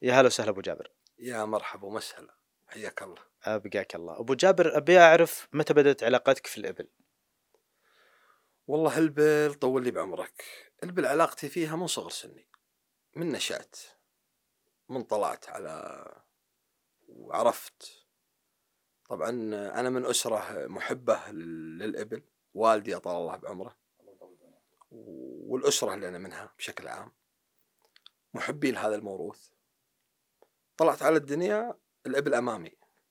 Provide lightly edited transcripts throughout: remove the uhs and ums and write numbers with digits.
يا هلا وسهلا أبو جابر. يا مرحبا ومسهلا، حياك الله. أبقاك الله. أبو جابر، أبي أعرف متى بدأت علاقتك في الإبل؟ والله البل طول لي بعمرك. البل علاقتي فيها من صغر سني، من نشأت، من طلعت على وعرفت. طبعا أنا من أسرة محبة للإبل، والدي أطال الله بعمره والأسرة اللي أنا منها بشكل عام محبين لهذا الموروث. طلعت على الدنيا الإبل أمامي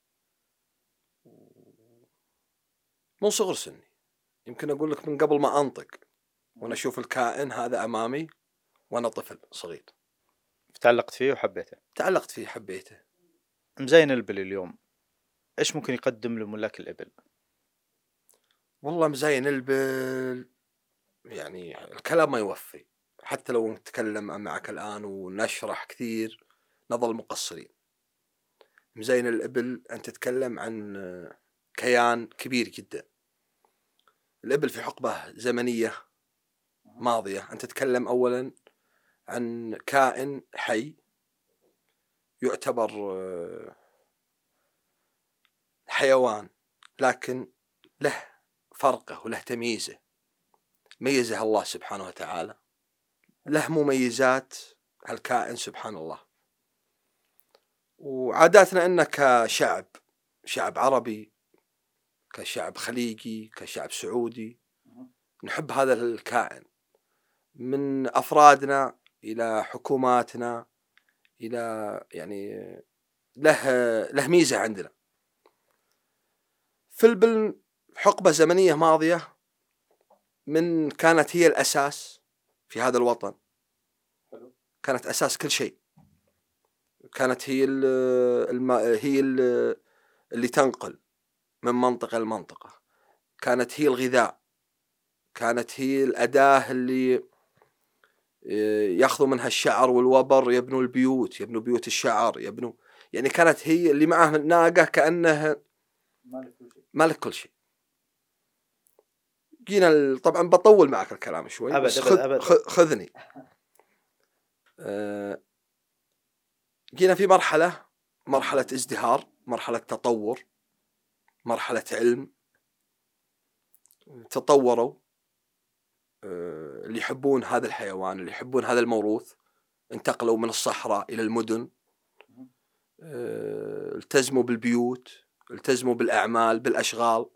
من صغر سني، يمكن أقول لك من قبل ما أنطق وأنا أشوف الكائن هذا أمامي وأنا طفل صغير. تعلقت فيه وحبيته؟ تعلقت فيه، حبيته. مزين الإبل اليوم إيش ممكن يقدم لملاك الإبل؟ والله مزين البل، يعني الكلام ما يوفي، حتى لو نتكلم معك الآن ونشرح كثير نظل مقصرين. مزين الإبل أنت تتكلم عن كيان كبير جدا. الإبل في حقبة زمنية ماضية، أنت تتكلم أولا عن كائن حي يعتبر حيوان، لكن له فرقه وله تمييزه، ميزه الله سبحانه وتعالى، له مميزات هالكائن سبحان الله. وعاداتنا أنك كشعب عربي، كشعب خليجي، كشعب سعودي، نحب هذا الكائن، من أفرادنا إلى حكوماتنا إلى يعني له ميزة عندنا. في البل حقبة زمنية ماضية من كانت هي الأساس في هذا الوطن، كانت أساس كل شيء، كانت هي اللي تنقل من منطقة لمنطقة، كانت هي الغذاء، كانت هي الأداة اللي يأخذوا منها الشعر والوبر، يبنوا البيوت، يبنوا بيوت الشعر، يعني كانت هي اللي معه ناقة كأنه مالك كل شيء. جينا طبعا بطول معك الكلام شوي بس خذني. جينا في مرحلة ازدهار، مرحلة تطور، مرحلة علم. تطوروا اللي يحبون هذا الحيوان، اللي يحبون هذا الموروث، انتقلوا من الصحراء إلى المدن، التزموا بالبيوت، التزموا بالأعمال، بالأشغال.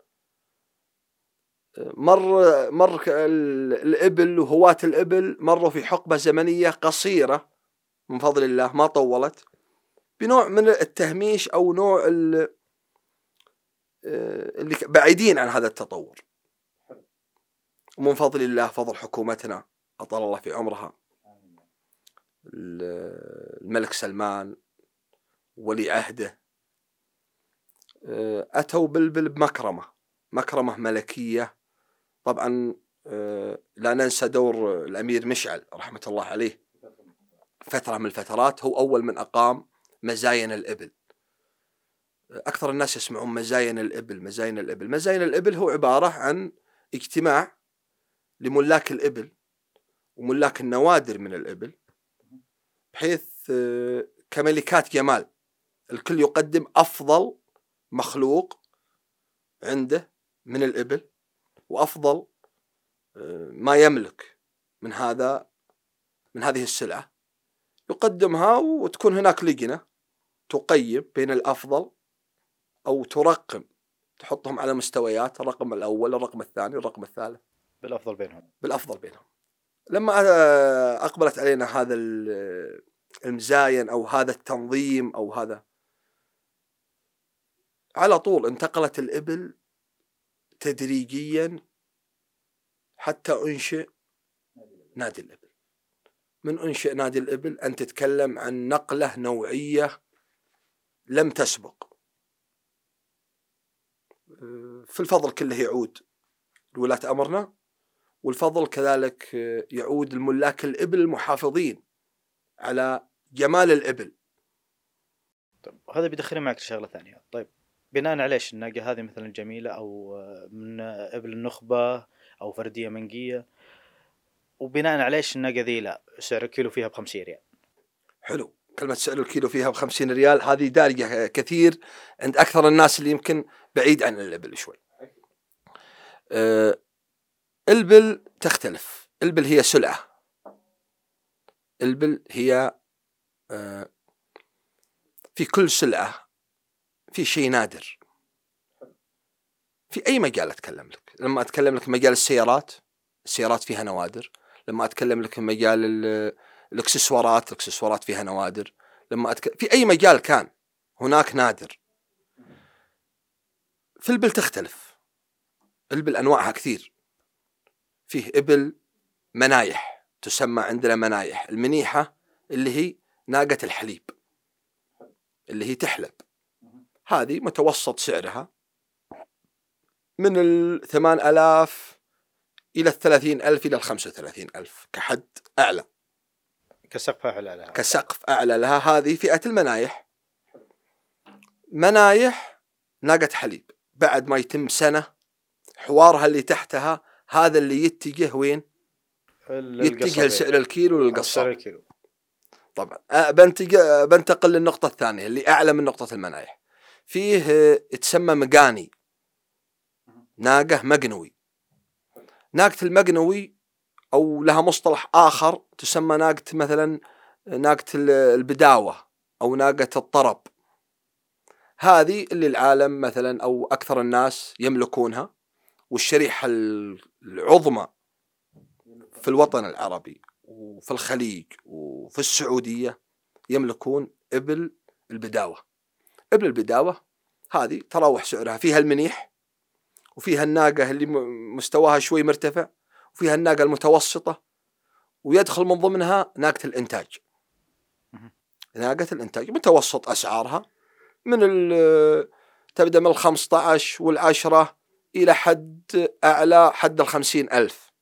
مر الإبل وهواة الإبل مروا في حقبة زمنية قصيرة من فضل الله، ما طولت، بنوع من التهميش أو نوع اللي بعيدين عن هذا التطور. ومن فضل الله، فضل حكومتنا أطال الله في عمرها، الملك سلمان ولي عهده، أتوا بالبل بمكرمة ملكية. طبعا لا ننسى دور الأمير مشعل رحمة الله عليه، فترة من الفترات هو أول من أقام مزاين الإبل. أكثر الناس يسمعون مزاين الإبل. مزاين الإبل هو عبارة عن اجتماع لملاك الإبل وملاك النوادر من الإبل، بحيث كملكات جمال الكل يقدم أفضل مخلوق عنده من الإبل وأفضل ما يملك من هذه السلعة، يقدمها، وتكون هناك لجنة تقيم بين الأفضل أو ترقم، تحطهم على مستويات، الرقم الأول، الرقم الثاني، الرقم الثالث، بالأفضل بينهم. لما أقبلت علينا هذا المزاين أو هذا التنظيم أو هذا، على طول انتقلت الإبل تدريجيا حتى أنشئ نادي الإبل. من أنشئ نادي الإبل أن تتكلم عن نقلة نوعية لم تسبق. في الفضل كله يعود لولاة أمرنا، والفضل كذلك يعود الملاك الإبل المحافظين على جمال الإبل. طيب هذا بيدخلني معك لشغلة ثانية. طيب بناء على إيش الناقة هذه مثلا جميلة أو من إبل النخبة أو فردية منقية، وبناء على إيش الناقة ذي لا سعر الكيلو فيها ب50 ريال؟ حلو، كلمة سعر الكيلو فيها ب50 ريال، هذه دارجة كثير عند أكثر الناس اللي يمكن بعيد عن الإبل شوي. الإبل تختلف. الإبل هي سلعة. الإبل هي في كل سلعة في شيء نادر. في أي مجال أتكلم لك، لما أتكلم لك مجال السيارات فيها نوادر. لما أتكلم لك مجال الإكسسوارات فيها نوادر. لما في أي مجال كان هناك نادر. في الإبل تختلف. الإبل أنواعها كثير. فيه إبل منايح، تسمى عندنا منايح. المنيحة اللي هي ناقة الحليب، اللي هي تحلب، هذه متوسط سعرها من 8,000 إلى 30,000 إلى 35,000 كحد أعلى، كسقف أعلى لها. كسقف أعلى لها. هذه فئة المنايح. منايح ناقة حليب بعد ما يتم سنة، حوارها اللي تحتها هذا اللي يتجه وين؟ يتجه لسعر الكيلو للقصاب. طبعا بنتقل للنقطة الثانية اللي أعلى من نقطة المنايح. فيه تسمى مقاني، ناقة مقنوي. ناقة المقنوي أو لها مصطلح آخر تسمى ناقة، مثلا ناقة البداوة أو ناقة الطرب. هذه اللي العالم مثلا أو أكثر الناس يملكونها، والشريحة العظمى في الوطن العربي وفي الخليج وفي السعودية يملكون إبل البداوة. إبل البداوة هذه تراوح سعرها، فيها المنيح، وفيها الناقة اللي مستواها شوي مرتفع، وفيها الناقة المتوسطة، ويدخل من ضمنها ناقة الإنتاج. ناقة الإنتاج متوسط أسعارها تبدأ من 15 وال10 إلى حد أعلى، حد 50,000.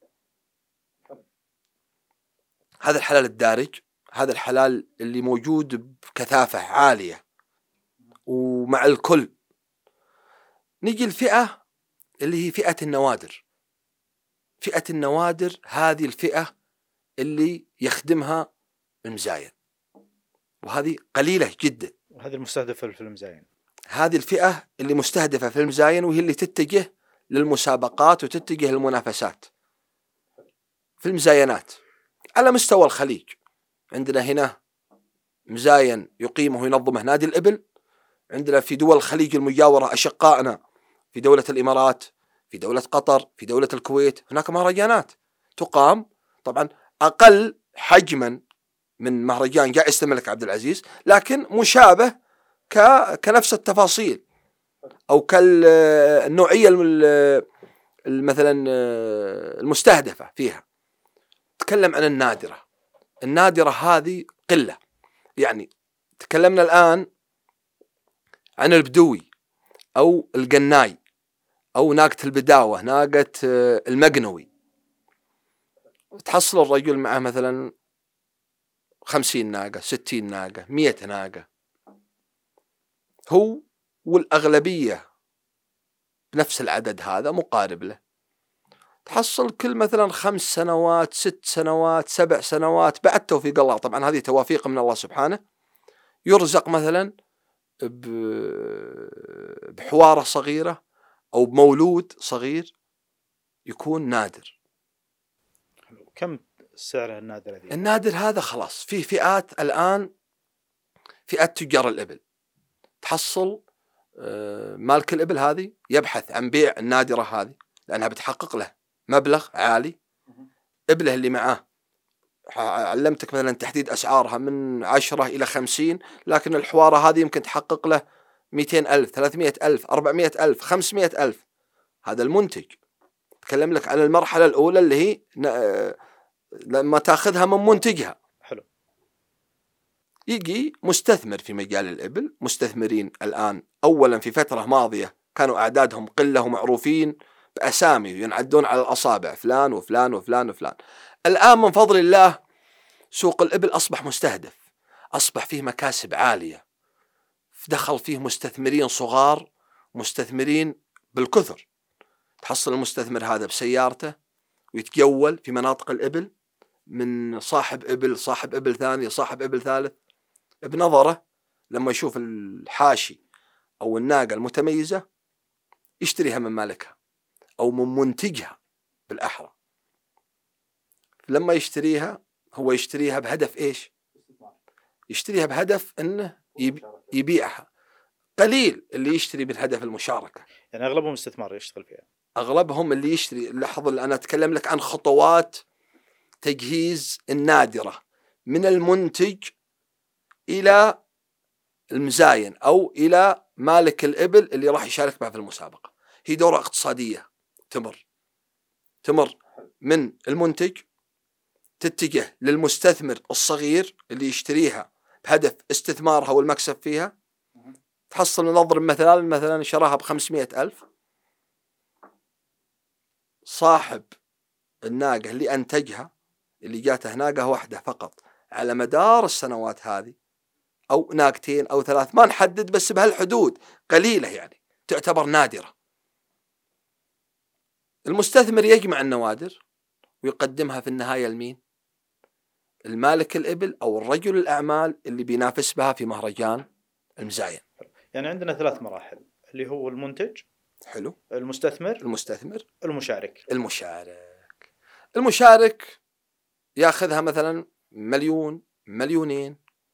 هذا الحلال الدارج، هذا الحلال اللي موجود بكثافة عالية ومع الكل. نجي الفئة اللي هي فئة النوادر. فئة النوادر هذه الفئة اللي يخدمها المزاين، وهذه قليلة جدا. وهذه المستهدفة في المزاين. هذه الفئة اللي مستهدفة في المزاين، وهي اللي تتجه للمسابقات وتتجه للمنافسات في المزاينات على مستوى الخليج. عندنا هنا مزاين يقيمه وينظمه نادي الإبل. عندنا في دول الخليج المجاورة أشقائنا في دولة الإمارات، في دولة قطر، في دولة الكويت، هناك مهرجانات تقام، طبعا أقل حجما من مهرجان جائزة الملك عبد العزيز، لكن مشابه كنفس التفاصيل أو كالنوعية مثلا المستهدفة فيها. تكلم عن النادرة هذه قلة. يعني تكلمنا الآن عن البدوي أو القناي أو ناقة البداوة، ناقة المقنوي. تحصل الرجل معه مثلا 50 ناقة، 60 ناقة، 100 ناقة، هو والأغلبية بنفس العدد هذا مقارب له. تحصل كل مثلا 5 سنوات، 6 سنوات، 7 سنوات بعد توفيق الله، طبعا هذه توافيق من الله سبحانه، يرزق مثلا بحوارة صغيرة أو بمولود صغير يكون نادر. كم سعره النادر هذه؟ النادر هذا خلاص فيه فئات. الآن فئة تجار الإبل، تحصل مالك الإبل هذه يبحث عن بيع النادرة هذه لأنها بتحقق له مبلغ عالي. إبله اللي معاه علمتك مثلا تحديد أسعارها من 10 إلى 50، لكن الحوارة هذه يمكن تحقق له 200,000، 300,000، 400,000، 500,000. هذا المنتج. تكلم لك عن المرحلة الأولى اللي هي لما تأخذها من منتجها. حلو. يجي مستثمر في مجال الإبل. مستثمرين الآن أولا في فترة ماضية كانوا أعدادهم قلة ومعروفين بأسامي ينعدون على الأصابع، فلان وفلان وفلان وفلان. الآن من فضل الله سوق الإبل أصبح مستهدف، أصبح فيه مكاسب عالية، دخل فيه مستثمرين صغار، مستثمرين بالكثر. تحصل المستثمر هذا بسيارته ويتجول في مناطق الإبل، من صاحب إبل، صاحب إبل ثاني، صاحب إبل ثالث، بنظره لما يشوف الحاشي أو الناقة المتميزة يشتريها من مالكها أو من منتجها بالأحرى. لما يشتريها هو يشتريها بهدف إيش؟ يشتريها بهدف أنه يبيعها. قليل اللي يشتري بالهدف المشاركة، يعني أغلبهم استثمار يشتغل فيها. أغلبهم اللي يشتري. لاحظ أنا أتكلم لك عن خطوات تجهيز النادرة من المنتج إلى المزاين أو إلى مالك الإبل اللي راح يشارك معه في المسابقة. هي دورة اقتصادية تمر من المنتج، تتجه للمستثمر الصغير اللي يشتريها بهدف استثمارها والمكسب فيها. تحصل نضرب مثلا شراها ب500,000. صاحب الناقة اللي أنتجها اللي جاته ناقة واحدة فقط على مدار السنوات هذه، أو ناقتين أو 3 ما نحدد، بس بهالحدود قليلة يعني تعتبر نادرة. المستثمر يجمع النوادر ويقدمها في النهاية لمين؟ المالك الإبل أو الرجل الأعمال اللي بينافس بها في مهرجان المزاين. يعني عندنا 3 مراحل، اللي هو المنتج، حلو، المستثمر، المشارك ياخذها مثلا 1,000,000 2,000,000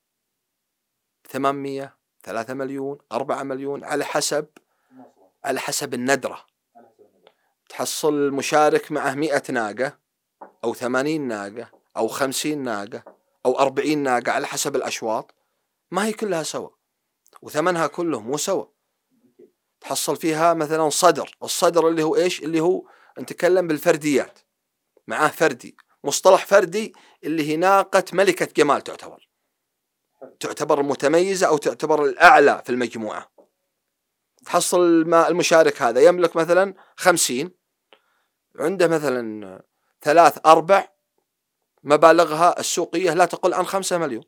800 3 مليون 4 مليون على حسب الندرة. تحصل المشارك معه 100 ناقة أو 80 ناقة أو 50 ناقة أو 40 ناقة على حسب الأشواط، ما هي كلها سوا وثمنها كله مو سوا. تحصل فيها مثلا الصدر اللي هو إيش؟ اللي هو نتكلم بالفرديات، معاه فردي، مصطلح فردي اللي هي ناقة ملكة جمال، تعتبر متميزة أو تعتبر الأعلى في المجموعة. تحصل المشارك هذا يملك مثلا 50، عنده مثلا 3-4 مبالغها السوقية لا تقل عن 5 مليون.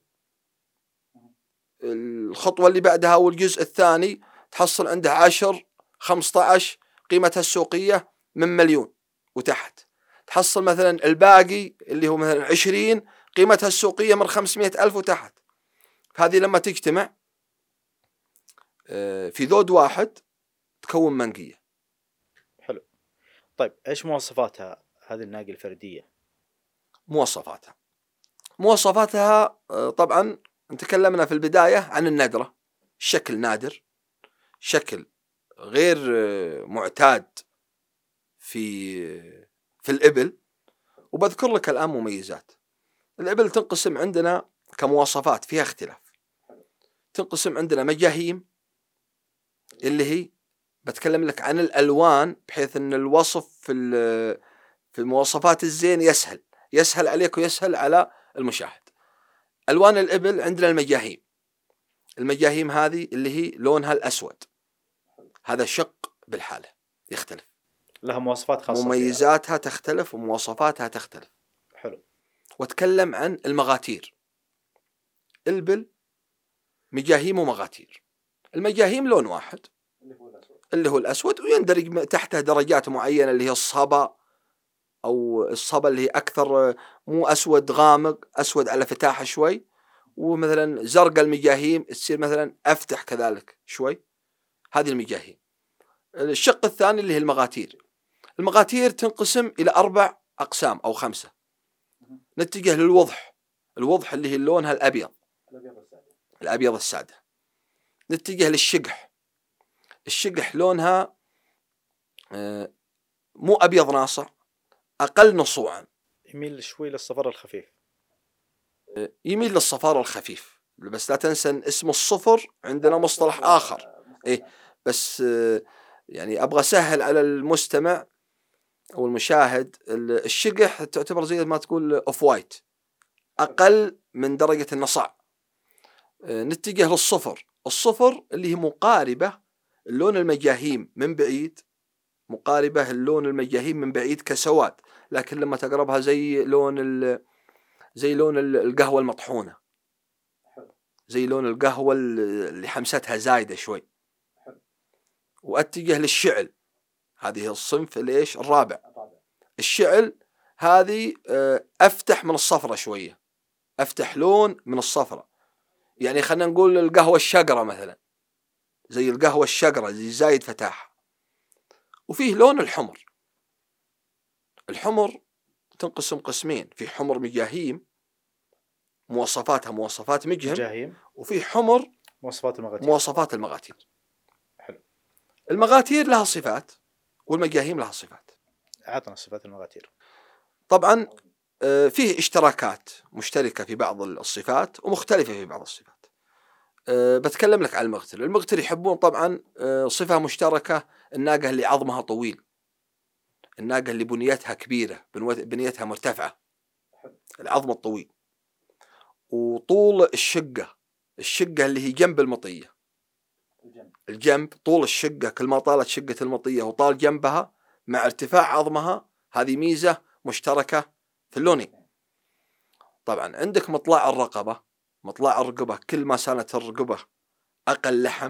الخطوة اللي بعدها والجزء الثاني تحصل عنده 10-15 قيمتها السوقية من 1,000,000 وتحت. تحصل مثلا الباقي اللي هو مثلا 20 قيمتها السوقية من 500,000 وتحت. هذه لما تجتمع في ذود واحد تكون منقية. حلو. طيب إيش مواصفاتها هذه الناقة الفردية؟ مواصفاتها طبعا تكلمنا في البداية عن الندرة، شكل نادر، شكل غير معتاد في الإبل. وبذكر لك الآن مميزات الإبل. تنقسم عندنا كمواصفات فيها اختلاف. تنقسم عندنا مجاهيم، اللي هي بتكلم لك عن الألوان بحيث أن الوصف في المواصفات الزين يسهل عليك ويسهل على المشاهد. ألوان الإبل عندنا المجاهيم هذه اللي هي لونها الأسود، هذا شق بالحالة يختلف، لها مواصفات خاصة، مميزاتها فيها تختلف ومواصفاتها تختلف. حلو. واتكلم عن المغاتير. الإبل مجاهيم ومغاتير. المجاهيم لون واحد اللي هو الأسود، ويندرج تحته درجات معينة اللي هي الصبا، أو الصبا اللي هي أكثر مو أسود غامق، أسود على فتاحة شوي. ومثلا زرق المجاهيم تصير مثلا أفتح كذلك شوي. هذه المجاهيم. الشق الثاني اللي هي المغاتير تنقسم إلى 4 أقسام أو 5. نتجه الوضح اللي هي لونها الأبيض السادة. نتجه الشقح لونها مو أبيض ناصع، أقل نصوعا، يميل شوي للصفر الخفيف. بس لا تنسى أن اسم الصفر عندنا مصطلح آخر. بس يعني أبغى أسهل على المستمع أو المشاهد. الشقح تعتبر زي ما تقول أوف وايت، أقل من درجة النصع. نتجه الصفر اللي هي مقاربة اللون المجاهيم من بعيد، كسواد، لكن لما تقربها زي لون القهوة المطحونة، زي لون القهوة اللي حمستها زايدة شوي. وأتجه للشعل، هذه الصنف الرابع. الشعل هذه أفتح من الصفرة شوية، أفتح لون من الصفرة، يعني خلنا نقول القهوة الشقرة مثلا، زي القهوة الشقرة زي زايد فتاح. وفيه لون الحمر. الحمر تنقسم قسمين، في حمر مجاهيم مواصفاتها مواصفات مجهم، مجاهيم، وفي حمر مواصفات المغاتير. مواصفات المغاتير. حلو. المغاتير لها صفات والمجاهيم لها صفات. أعطنا صفات المغاتير. طبعا فيه اشتراكات مشتركة في بعض الصفات ومختلفة في بعض الصفات. بتكلم لك عن المغتر. المغتر يحبون طبعا صفة مشتركة، الناقة اللي عظمها طويل، الناقة اللي بنيتها كبيرة، بنيتها مرتفعة، العظم الطويل. وطول الشقة اللي هي جنب المطية، الجنب طول الشقة، كل ما طالت شقة المطية وطال جنبها مع ارتفاع عظمها، هذه ميزة مشتركة في اللونين. طبعا عندك مطلع الرقبة. مطلع الرقبة كل ما سانت الرقبة أقل لحم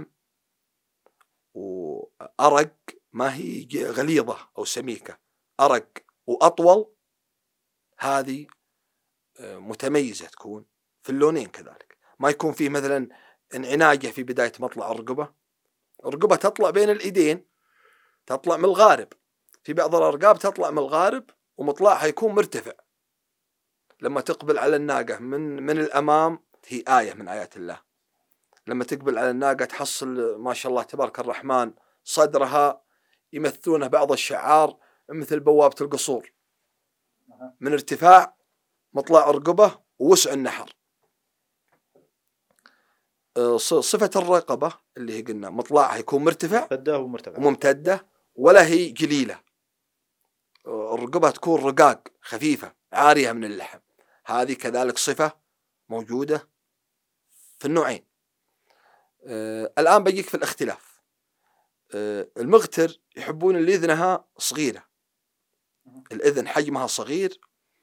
وأرق، ما هي غليظة أو سميكة، أرق وأطول، هذه متميزة تكون في اللونين. كذلك ما يكون فيه مثلا انعناجة في بداية مطلع الرقبة. الرقبة تطلع بين الإيدين، تطلع من الغارب. في بعض الأرقاب تطلع من الغارب ومطلعها يكون مرتفع. لما تقبل على الناقة من الأمام، هي آية من آيات الله. لما تقبل على الناقة تحصل ما شاء الله تبارك الرحمن صدرها يمثلونه بعض الشعار مثل بوابة القصور من ارتفاع مطلع الرقبة ووسع النحر. صفة الرقبة اللي هي قلنا مطلعها يكون مرتفع وممتدة، ولا هي جليلة. الرقبة تكون رقاق خفيفة عارية من اللحم. هذه كذلك صفة موجودة في النوعين. الآن بيجيك في الاختلاف. المغتر يحبون اللي إذنها صغيرة، الإذن حجمها صغير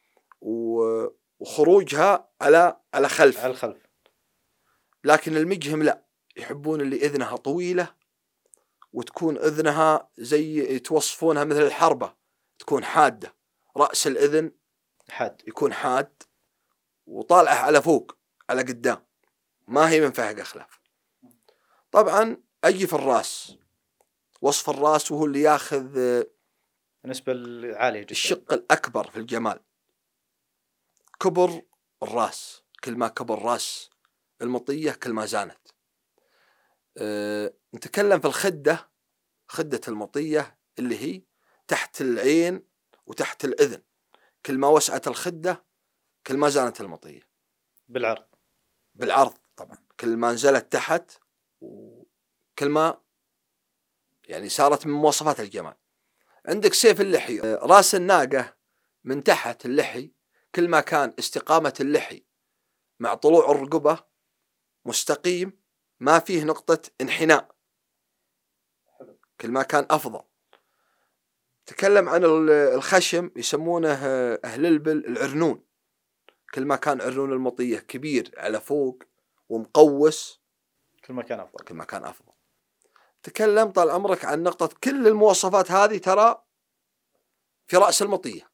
وخروجها على خلف. لكن المجهم لا، يحبون اللي إذنها طويلة وتكون إذنها زي توصفونها مثل الحربة، تكون حادة. رأس الإذن يكون حاد وطالعه على فوق على قدام، ما هي منفهقة خلاف. طبعا أجي في الرأس. وصف الرأس وهو اللي ياخذ النسبة العالية جدا، الشق الأكبر في الجمال. كبر الرأس، كل ما كبر رأس المطية كل ما زانت. نتكلم في الخدة. خدة المطية اللي هي تحت العين وتحت الإذن، كل ما وسعت الخدة كل ما زانت المطية. بالعرض طبعا، كل ما نزلت تحت وكل ما يعني صارت من مواصفات الجمال. عندك سيف اللحي. راس الناقة من تحت اللحي، كل ما كان استقامة اللحي مع طلوع الرقبة مستقيم، ما فيه نقطة انحناء، كل ما كان أفضل. تكلم عن الخشم، يسمونه أهل البل العرنون. كل ما كان عرنون المطية كبير على فوق ومقوس، كل ما كان أفضل. تكلم طال عمرك عن نقطة كل المواصفات هذه ترى في رأس المطية.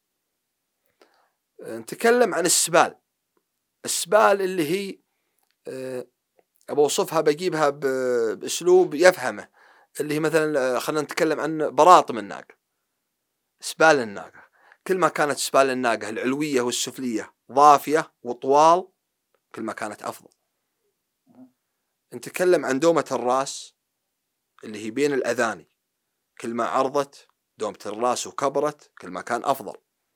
نتكلم عن السبال. السبال اللي هي أبو وصفها بجيبها بأسلوب يفهمه، اللي هي مثلا خلينا نتكلم عن براطم الناقة. سبال الناقة كل ما كانت سبال الناقة العلوية والسفلية ضافية وطوال، كل ما كانت أفضل. نتكلم عن دومة الرأس اللي هي بين الأذاني، كل ما عرضت دومة الرأس وكبرت كل ما كان أفضل.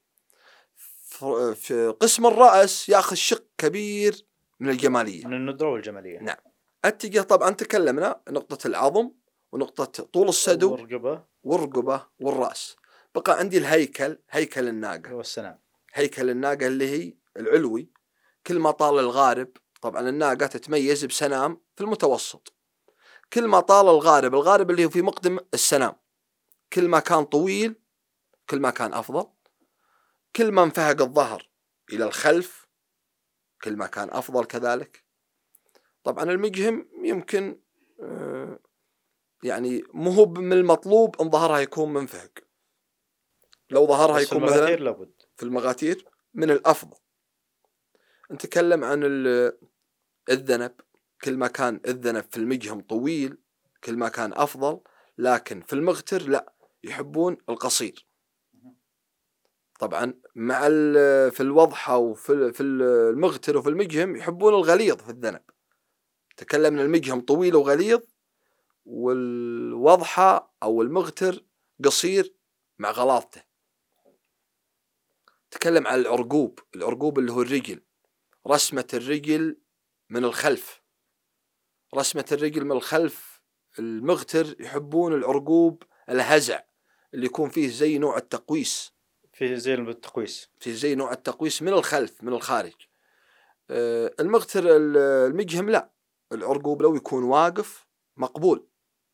في قسم الرأس يأخذ شق كبير من الجمالية، من الندرة والجمالية. نعم. التجاه طبعا تكلمنا نقطة العظم ونقطة طول السدو والرقبة والرأس. بقى عندي الهيكل، هيكل الناقة والسنام. هيكل الناقة اللي هي العلوي، كل ما طال الغارب. طبعا الناقة تتميز بسنام في المتوسط. كل ما طال الغارب اللي هو في مقدم السنام، كل ما كان طويل كل ما كان أفضل. كل ما انفهق الظهر إلى الخلف كل ما كان أفضل كذلك. طبعا المجهم يمكن يعني مهب من المطلوب أن ظهرها يكون منفهق. لو ظهرها يكون مثلا لابد في المغاتير من الأفضل. نتكلم عن الذنب. كل ما كان الذنب في المجهم طويل كل ما كان أفضل، لكن في المغتر لا، يحبون القصير. طبعا مع في الوضحة وفي المغتر وفي المجهم يحبون الغليظ في الذنب. تكلمنا المجهم طويل وغليظ، والوضحة أو المغتر قصير مع غلاظته. تكلم عن العرقوب اللي هو الرجل، رسمة الرجل من الخلف. رسمة الرجل من الخلف المغتر يحبون العرقوب الهزع اللي يكون فيه زي نوع التقويس، فيه زي التقويس، فيه زي نوع التقويس من الخلف من الخارج. المغتر المجهم لا، العرقوب لو يكون واقف مقبول.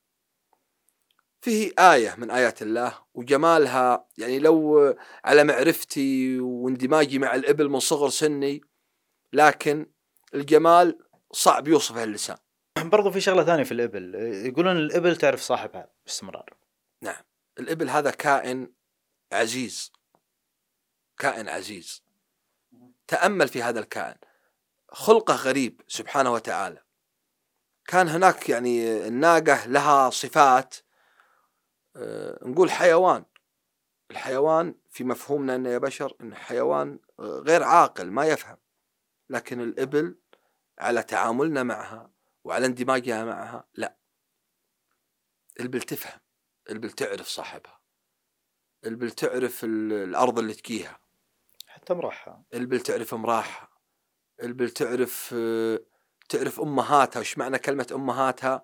فيه آية من آيات الله وجمالها، يعني لو على معرفتي واندماجي مع الإبل من صغر سني، لكن الجمال صعب يوصفه اللسان. برضو في شغلة ثانية في الإبل، يقولون الإبل تعرف صاحبها باستمرار. نعم، الإبل هذا كائن عزيز، كائن عزيز. تأمل في هذا الكائن، خلقه غريب سبحانه وتعالى. كان هناك يعني الناقة لها صفات، نقول حيوان. الحيوان في مفهومنا أنه يا بشر إن حيوان غير عاقل ما يفهم، لكن الإبل على تعاملنا معها وعلى اندماجها معها لا، الإبل تفهم، الإبل تعرف صاحبها، الإبل تعرف الأرض اللي تكيها، حتى مراحها، الإبل تعرف مراحها، الإبل تعرف أمهاتها. وش معنى كلمة أمهاتها؟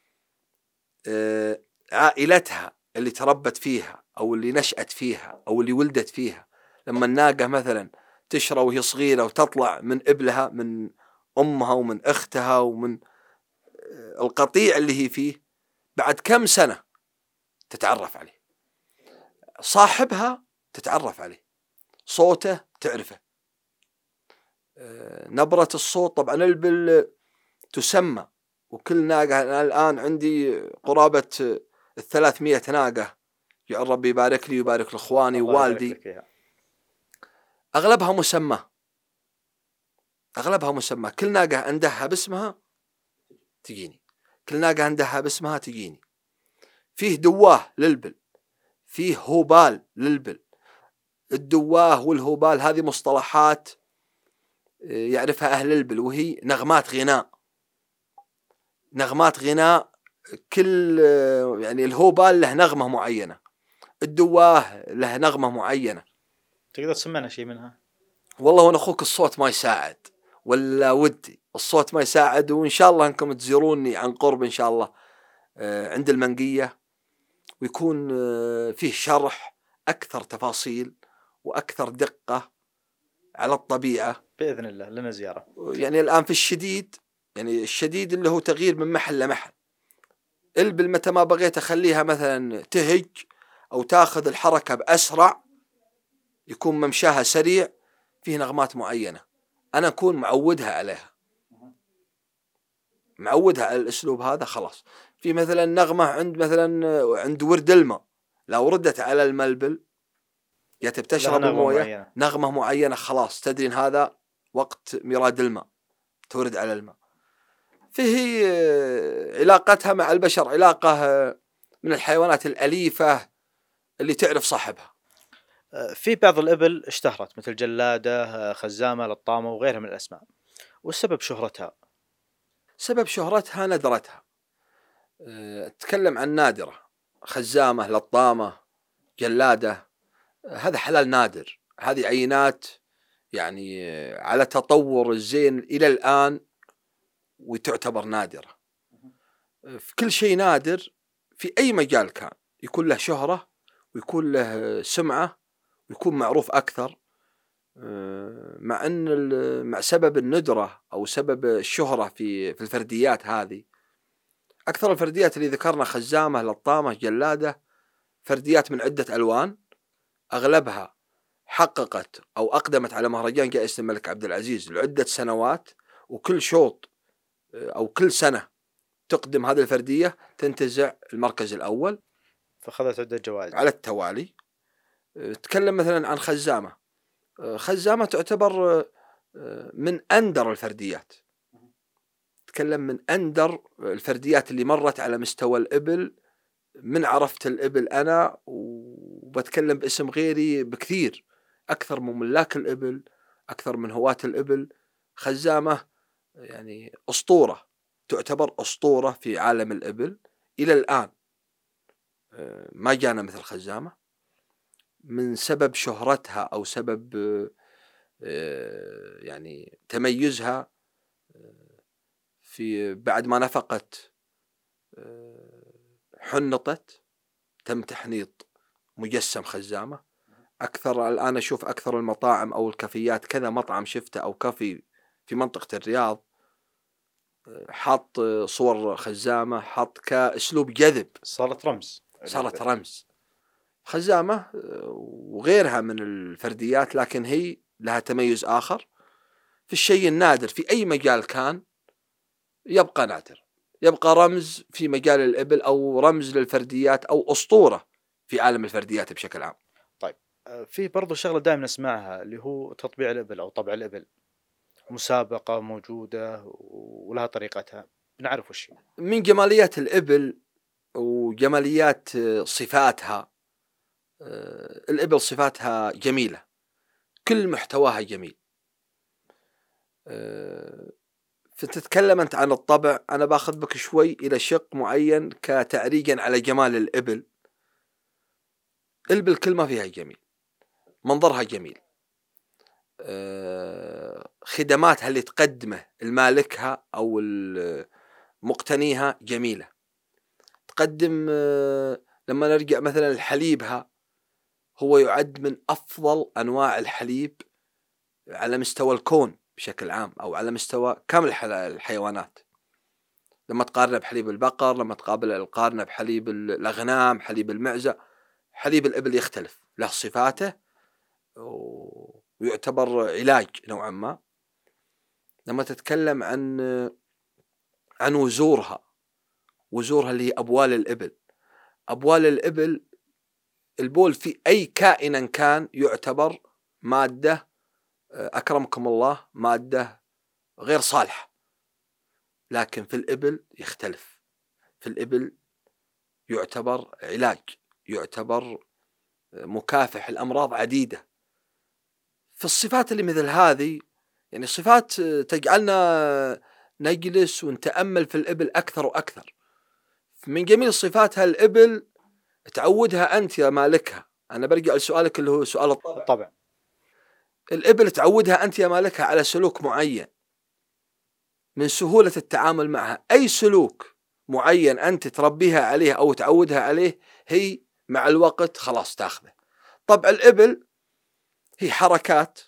عائلتها اللي تربت فيها أو اللي نشأت فيها أو اللي ولدت فيها. لما الناقة مثلا تشرى وهي صغيرة وتطلع من إبلها، من أمها ومن أختها ومن القطيع اللي هي فيه، بعد كم سنة تتعرف عليه، صاحبها تتعرف عليه، صوته تعرفه، نبرة الصوت. طبعا الإبل تسمى، وكل ناقة أنا الآن عندي قرابة 300 ناقة، يا رب يبارك لي ويبارك لإخواني ووالدي. أغلبها مسمى، أغلبها مسمى. كل ناقة عندها باسمها تجيني، كل ناقة عندها باسمها تجيني. فيه دواه للبل، فيه هوبال للبل. الدواه والهوبال هذه مصطلحات يعرفها أهل البل، وهي نغمات غناء، نغمات غناء. كل يعني الهوبال له نغمة معينة، الدواه له نغمة معينة. تقدر تسمعنا شيء منها؟ والله وانا اخوك الصوت ما يساعد، ولا ودي الصوت ما يساعد. وان شاء الله انكم تزوروني عن قرب ان شاء الله عند المنقية، ويكون فيه شرح اكثر تفاصيل واكثر دقة على الطبيعة بإذن الله لنا زيارة. يعني الان في الشديد، يعني الشديد اللي هو تغيير من محل لمحل. البل متى ما بغيت اخليها مثلا تهج او تاخذ الحركة باسرع، يكون ممشاها سريع، فيه نغمات معينة أنا أكون معودها عليها، معودها على الأسلوب هذا خلاص. في مثلا نغمة عند ورد الماء، لو ردت على الملبل يا تبتشرب الموية نغمة معينة خلاص تدري إن هذا وقت ميراد الماء، تورد على الماء. فيه علاقتها مع البشر علاقة من الحيوانات الأليفة اللي تعرف صاحبها. في بعض الإبل اشتهرت مثل جلادة، خزامة، لطامة وغيرها من الأسماء، والسبب شهرتها؟ سبب شهرتها ندرتها. أتكلم عن نادرة، خزامة، لطامة، جلادة، هذا حلال نادر. هذه عينات يعني على تطور الزين إلى الآن وتعتبر نادرة. في كل شيء نادر في أي مجال كان يكون له شهرة ويكون له سمعة ويكون معروف أكثر. مع أن مع سبب الندرة أو سبب الشهرة في الفرديات هذه، أكثر الفرديات اللي ذكرنا خزامة، لطامة، جلادة، فرديات من عدة ألوان، أغلبها حققت أو أقدمت على مهرجان جائزة الملك عبد العزيز لعدة سنوات، وكل شوط أو كل سنة تقدم هذه الفردية تنتزع المركز الأول، فأخذت عدة جوائز على التوالي. تكلم مثلا عن خزامة. خزامة تعتبر من أندر الفرديات. أتكلم من أندر الفرديات اللي مرت على مستوى الإبل، من عرفت الإبل أنا، وبتكلم باسم غيري بكثير، أكثر من ملاك الإبل، أكثر من هواة الإبل. خزامة يعني أسطورة، تعتبر أسطورة في عالم الإبل إلى الآن. ما جانا مثل خزامة من سبب شهرتها أو سبب يعني تميزها. في بعد ما نفقت حنطت، تم تحنيط مجسم خزامة. أكثر الآن أشوف أكثر المطاعم أو الكافيات، كذا مطعم شفته أو كافي في منطقة الرياض حاط صور خزامة، حط كأسلوب جذب، صارت رمز. صارت رمز خزامة. وغيرها من الفرديات، لكن هي لها تميز آخر في الشيء النادر في أي مجال كان، يبقى نادر، يبقى رمز في مجال الإبل، أو رمز للفرديات، أو أسطورة في عالم الفرديات بشكل عام. طيب في برضو شغلة دائما نسمعها اللي هو تطبيع الإبل أو طبع الإبل، مسابقة موجودة ولها طريقتها، نعرف وش هي. من جماليات الإبل وجماليات صفاتها، الإبل صفاتها جميلة، كل محتواها جميل. فتتكلم أنت عن الطبع، أنا باخذ بك شوي إلى شق معين كتعريجا على جمال الإبل. الإبل كل ما فيها جميل، منظرها جميل، خدماتها اللي تقدمه المالكها أو مقتنيها جميلة، تقدم. لما نرجع مثلا لحليبها، هو يعد من أفضل أنواع الحليب على مستوى الكون بشكل عام، أو على مستوى كامل الحيوانات. لما تقارنه بحليب البقر، لما تقارنه بحليب الأغنام، حليب المعزة، حليب الإبل يختلف، له صفاته ويعتبر علاج نوعا ما. لما تتكلم عن وزورها اللي هي أبوال الإبل. أبوال الإبل، البول في أي كائن كان يعتبر مادة، أكرمكم الله، مادة غير صالحة، لكن في الإبل يختلف. في الإبل يعتبر علاج، يعتبر مكافح الأمراض عديدة. في الصفات اللي مثل هذه، يعني صفات تجعلنا نجلس ونتأمل في الإبل أكثر وأكثر. من جميل صفاتها الإبل تعودها أنت يا مالكها. أنا برجع لسؤالك اللي هو سؤال الطبع. الإبل تعودها أنت يا مالكها على سلوك معين، من سهولة التعامل معها. أي سلوك معين أنت تربيها عليه أو تعودها عليه، هي مع الوقت خلاص تأخذه. طبع الإبل هي حركات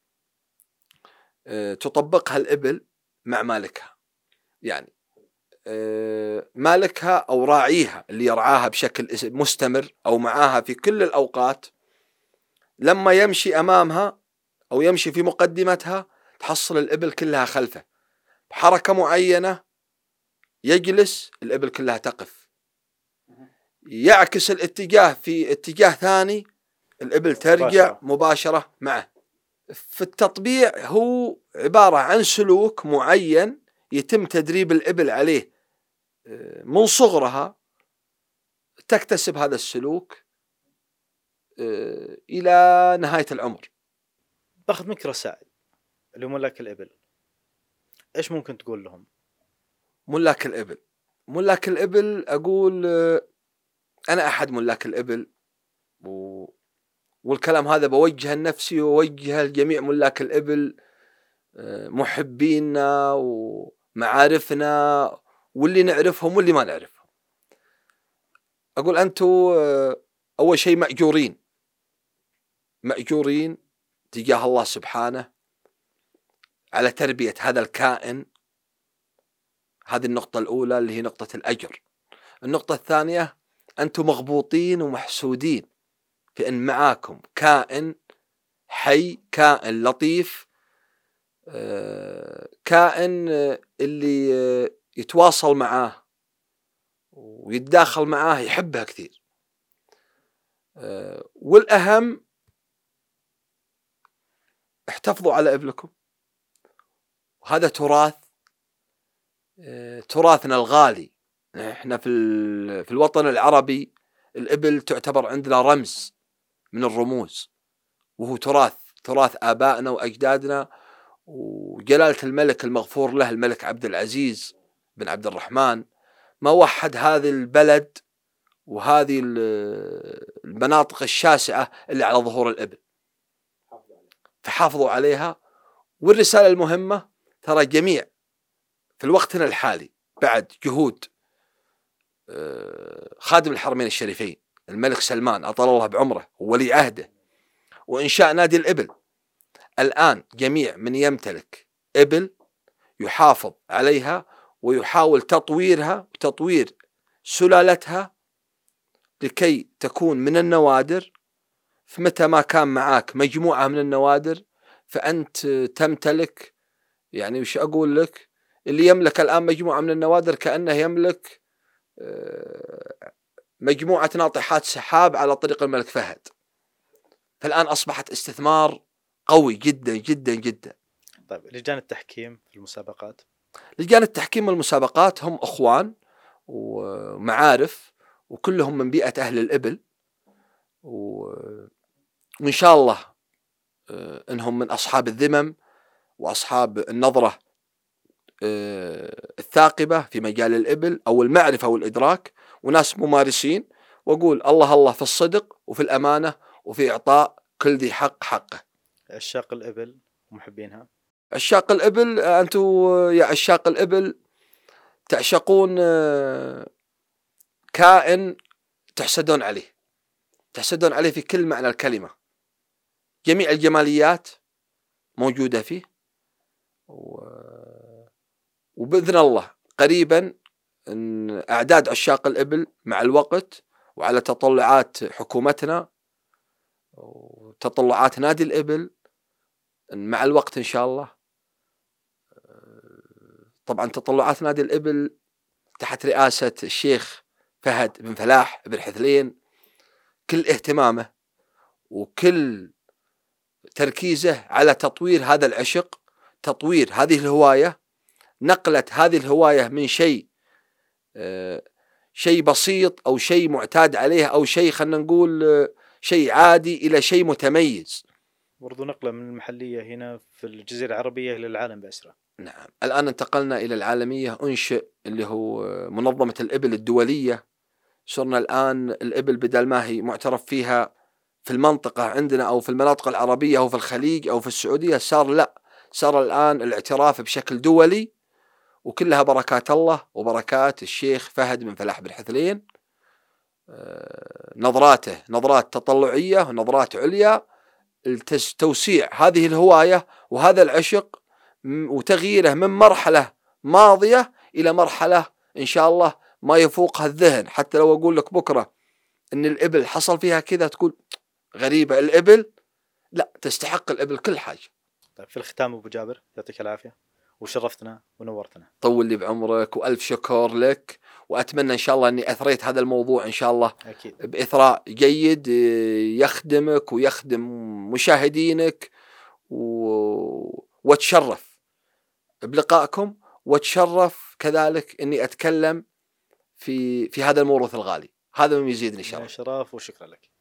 تطبقها الإبل مع مالكها، يعني مالكها أو راعيها اللي يرعاها بشكل مستمر أو معاها في كل الأوقات، لما يمشي أمامها أو يمشي في مقدمتها، تحصل الإبل كلها خلفه. بحركة معينة يجلس، الإبل كلها تقف. يعكس الاتجاه في اتجاه ثاني، الإبل ترجع مباشرة معه. في التطبيع هو عبارة عن سلوك معين يتم تدريب الإبل عليه من صغرها، تكتسب هذا السلوك إلى نهاية العمر. باخذ منك رسائل اللي ملاك الإبل، إيش ممكن تقول لهم؟ ملاك الإبل، ملاك الإبل أقول أنا أحد ملاك الإبل، والكلام هذا بوجه لنفسي ووجه لجميع ملاك الإبل، محبينا ومعارفنا واللي نعرفهم واللي ما نعرفهم. أقول أنتوا أول شيء مأجورين تجاه الله سبحانه على تربية هذا الكائن. هذه النقطة الأولى اللي هي نقطة الأجر. النقطة الثانية، أنتم مغبوطين ومحسودين في أن معاكم كائن حي، كائن لطيف، كائن اللي يتواصل معاه ويتداخل معاه يحبها كثير. والأهم، احتفظوا على إبلكم، وهذا تراث تراثنا الغالي. احنا في الوطن العربي الإبل تعتبر عندنا رمز من الرموز، وهو تراث آبائنا وأجدادنا. وجلالة الملك المغفور له الملك عبد العزيز بن عبد الرحمن ما وحد هذه البلد وهذه المناطق الشاسعة اللي على ظهور الإبل، فحافظوا عليها. والرسالة المهمة ترى جميع في الوقتنا الحالي بعد جهود خادم الحرمين الشريفين الملك سلمان أطال الله بعمره وولي عهده وإنشاء نادي الإبل، الآن جميع من يمتلك إبل يحافظ عليها ويحاول تطويرها وتطوير سلالتها لكي تكون من النوادر. فمتى ما كان معاك مجموعة من النوادر فأنت تمتلك، يعني وش أقول لك، اللي يملك الآن مجموعة من النوادر كأنه يملك مجموعة ناطحات سحاب على طريق الملك فهد. فالآن أصبحت استثمار قوي جدا جدا جدا. طيب لجان التحكيم في المسابقات؟ لجان التحكيم والمسابقات هم أخوان ومعارف وكلهم من بيئة أهل الإبل، وإن شاء الله إنهم من أصحاب الذمم وأصحاب النظرة الثاقبة في مجال الإبل أو المعرفة والإدراك، وناس ممارسين. وأقول الله الله في الصدق وفي الأمانة وفي إعطاء كل ذي حق حقه. عشاق الإبل ومحبينها؟ عشاق الإبل، أنتم يا عشاق الإبل تعشقون كائن تحسدون عليه في كل معنى الكلمة. جميع الجماليات موجودة فيه، وبإذن الله قريبا إن أعداد عشاق الإبل مع الوقت وعلى تطلعات حكومتنا وتطلعات نادي الإبل مع الوقت إن شاء الله. طبعا تطلعات نادي الإبل تحت رئاسة الشيخ فهد بن فلاح بن حثلين كل اهتمامه وكل تركيزه على تطوير هذا العشق، تطوير هذه الهواية، نقلة هذه الهواية من شيء بسيط أو شيء معتاد عليه أو شيء خلنا نقول شيء عادي إلى شيء متميز. برضو نقلة من المحلية هنا في الجزيرة العربية إلى العالم بأسرع. نعم، الآن انتقلنا إلى العالمية، أنشئ اللي هو منظمة الإبل الدولية. صرنا الآن الإبل بدل ما هي معترف فيها في المنطقة عندنا أو في المناطق العربية أو في الخليج أو في السعودية، صار الآن الاعتراف بشكل دولي، وكلها بركات الله وبركات الشيخ فهد بن فلاح بن حثلين. نظراته نظرات تطلعية ونظرات عليا، توسيع هذه الهواية وهذا العشق وتغييره من مرحلة ماضية إلى مرحلة إن شاء الله ما يفوقها الذهن. حتى لو أقول لك بكرة إن الإبل حصل فيها كذا تقول غريبة الإبل، لا، تستحق الإبل كل حاجة. طيب في الختام أبو جابر يعطيك العافية وشرفتنا ونورتنا. طول لي بعمرك وألف شكر لك، وأتمنى إن شاء الله أني أثريت هذا الموضوع إن شاء الله أكيد بإثراء جيد يخدمك ويخدم مشاهدينك، واتشرف بلقائكم، واتشرف كذلك أني أتكلم في هذا الموروث الغالي. هذا ما يزيدني شرف. شرف وشكرا لك.